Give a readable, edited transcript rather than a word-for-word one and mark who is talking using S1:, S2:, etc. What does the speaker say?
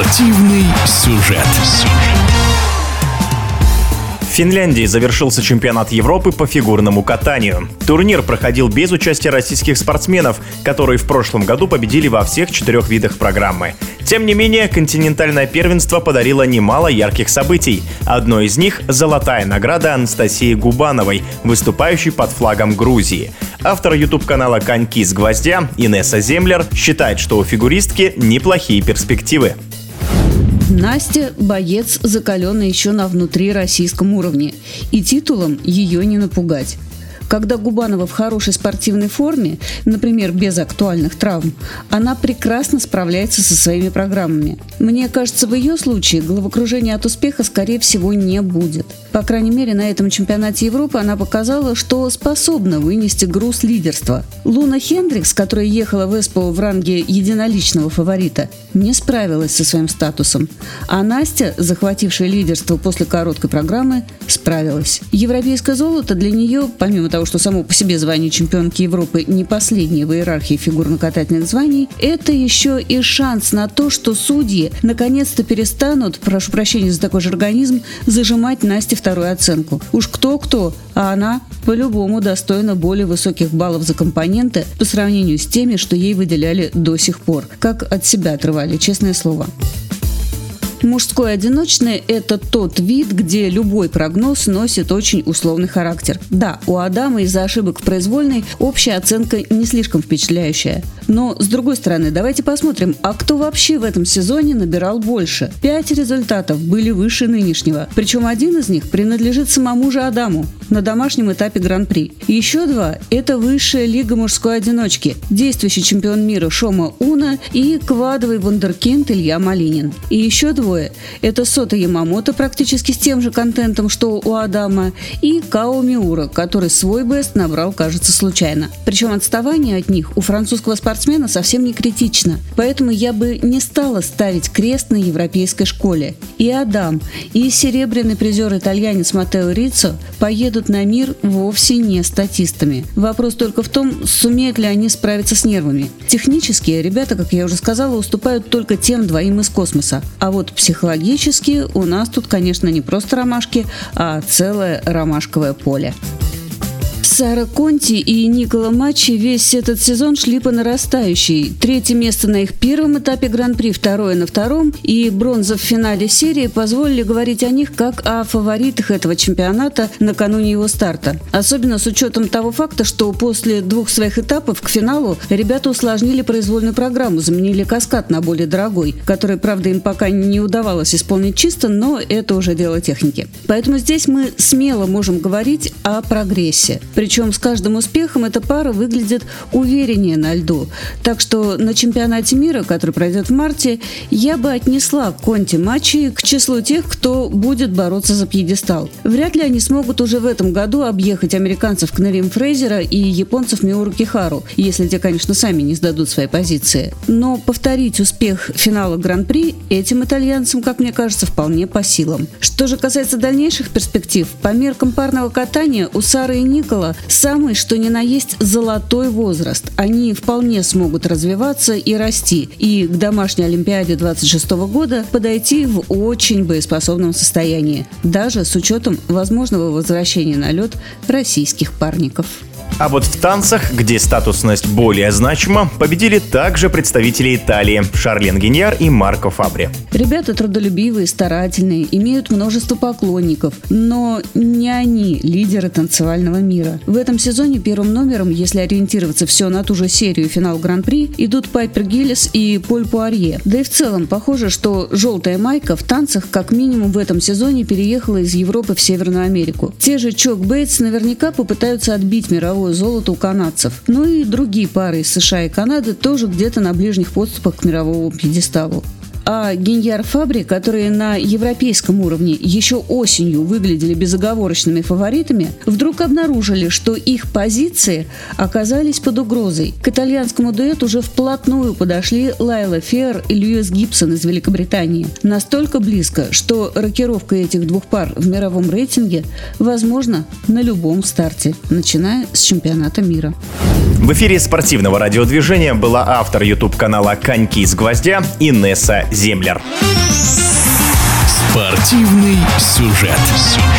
S1: Спортивный сюжет.
S2: В Финляндии завершился чемпионат Европы по фигурному катанию. Турнир проходил без участия российских спортсменов, которые в прошлом году победили во всех 4 видах программы. Тем не менее, континентальное первенство подарило немало ярких событий. Одно из них – золотая награда Анастасии Губановой, выступающей под флагом Грузии. Автор YouTube-канала «Коньки с гвоздя» Инесса Землер считает, что у фигуристки неплохие перспективы.
S3: Настя – боец, закаленный еще на внутрироссийском уровне, и титулом ее не напугать. Когда Губанова в хорошей спортивной форме, например, без актуальных травм, она прекрасно справляется со своими программами. Мне кажется, в ее случае головокружения от успеха, скорее всего, не будет. По крайней мере, на этом чемпионате Европы она показала, что способна вынести груз лидерства. Луна Хендрикс, которая ехала в Эспо в ранге единоличного фаворита, не справилась со своим статусом. А Настя, захватившая лидерство после короткой программы, справилась. Европейское золото для нее, помимо того, что само по себе звание чемпионки Европы не последнее в иерархии фигурно-катательных званий, это еще и шанс на то, что судьи наконец-то перестанут, прошу прощения за такой жаргонизм, зажимать Насте вторую оценку. Уж кто-кто, а она по-любому достойна более высоких баллов за компоненты по сравнению с теми, что ей выделяли до сих пор. Как от себя отрывали, честное слово. Мужское одиночное – это тот вид, где любой прогноз носит очень условный характер. Да, у Адама из-за ошибок в произвольной общая оценка не слишком впечатляющая. Но, с другой стороны, давайте посмотрим, а кто вообще в этом сезоне набирал больше? 5 результатов были выше нынешнего. Причем один из них принадлежит самому же Адаму на домашнем этапе Гран-при. Еще 2 – это высшая лига мужской одиночки. Действующий чемпион мира Шома Уна и квадовый вундеркинд Илья Малинин. И еще 2 – это Сота Ямамото практически с тем же контентом, что у Адама, и Као Миура, который свой бест набрал, кажется, случайно. Причем отставание от них у французского спортсмена совсем не критично. Поэтому я бы не стала ставить крест на европейской школе. И Адам, и серебряный призер-итальянец Матео Риццо поедут на мир вовсе не статистами. Вопрос только в том, сумеют ли они справиться с нервами. Технически ребята, как я уже сказала, уступают только тем 2 из космоса. А вот психологически у нас тут, конечно, не просто ромашки, а целое ромашковое поле. Сара Конти и Никола Маччи весь этот сезон шли по нарастающей. 3-е место на их первом этапе Гран-при, 2-е на 2-м и бронза в финале серии позволили говорить о них как о фаворитах этого чемпионата накануне его старта. Особенно с учетом того факта, что после 2 своих этапов к финалу ребята усложнили произвольную программу, заменили каскад на более дорогой, который, правда, им пока не удавалось исполнить чисто, но это уже дело техники. Поэтому здесь мы смело можем говорить о прогрессе. Причем с каждым успехом эта пара выглядит увереннее на льду. Так что на чемпионате мира, который пройдет в марте, я бы отнесла Конти Маччи к числу тех, кто будет бороться за пьедестал. Вряд ли они смогут уже в этом году объехать американцев Кнарим Фрейзера и японцев Миуру Кихару, если те, конечно, сами не сдадут свои позиции. Но повторить успех финала Гран-при этим итальянцам, как мне кажется, вполне по силам. Что же касается дальнейших перспектив, по меркам парного катания у Сары и Никола самый что ни на есть золотой возраст. Они вполне смогут развиваться и расти, и к домашней Олимпиаде 26 года подойти в очень боеспособном состоянии, даже с учетом возможного возвращения на лед российских парников.
S2: А вот в танцах, где статусность более значима, победили также представители Италии – Шарлен Гиньяр и Марко Фабри.
S3: Ребята трудолюбивые, старательные, имеют множество поклонников, но не они лидеры танцевального мира. В этом сезоне первым номером, если ориентироваться все на ту же серию финал Гран-при, идут Пайпер Гиллис и Поль Пуарье. Да и в целом похоже, что желтая майка в танцах как минимум в этом сезоне переехала из Европы в Северную Америку. Те же Чок Бейтс наверняка попытаются отбить мировое золото у канадцев. Ну и другие пары из США и Канады тоже где-то на ближних подступах к мировому пьедесталу. А Гиньяр Фабри, которые на европейском уровне еще осенью выглядели безоговорочными фаворитами, вдруг обнаружили, что их позиции оказались под угрозой. К итальянскому дуэту уже вплотную подошли Лайла Феар и Льюис Гибсон из Великобритании. Настолько близко, что рокировка этих 2 пар в мировом рейтинге возможна на любом старте, начиная с чемпионата мира.
S2: В эфире спортивного радиодвижения была автор YouTube-канала «Коньки с гвоздя» Инесса Землер.
S1: Спортивный сюжет.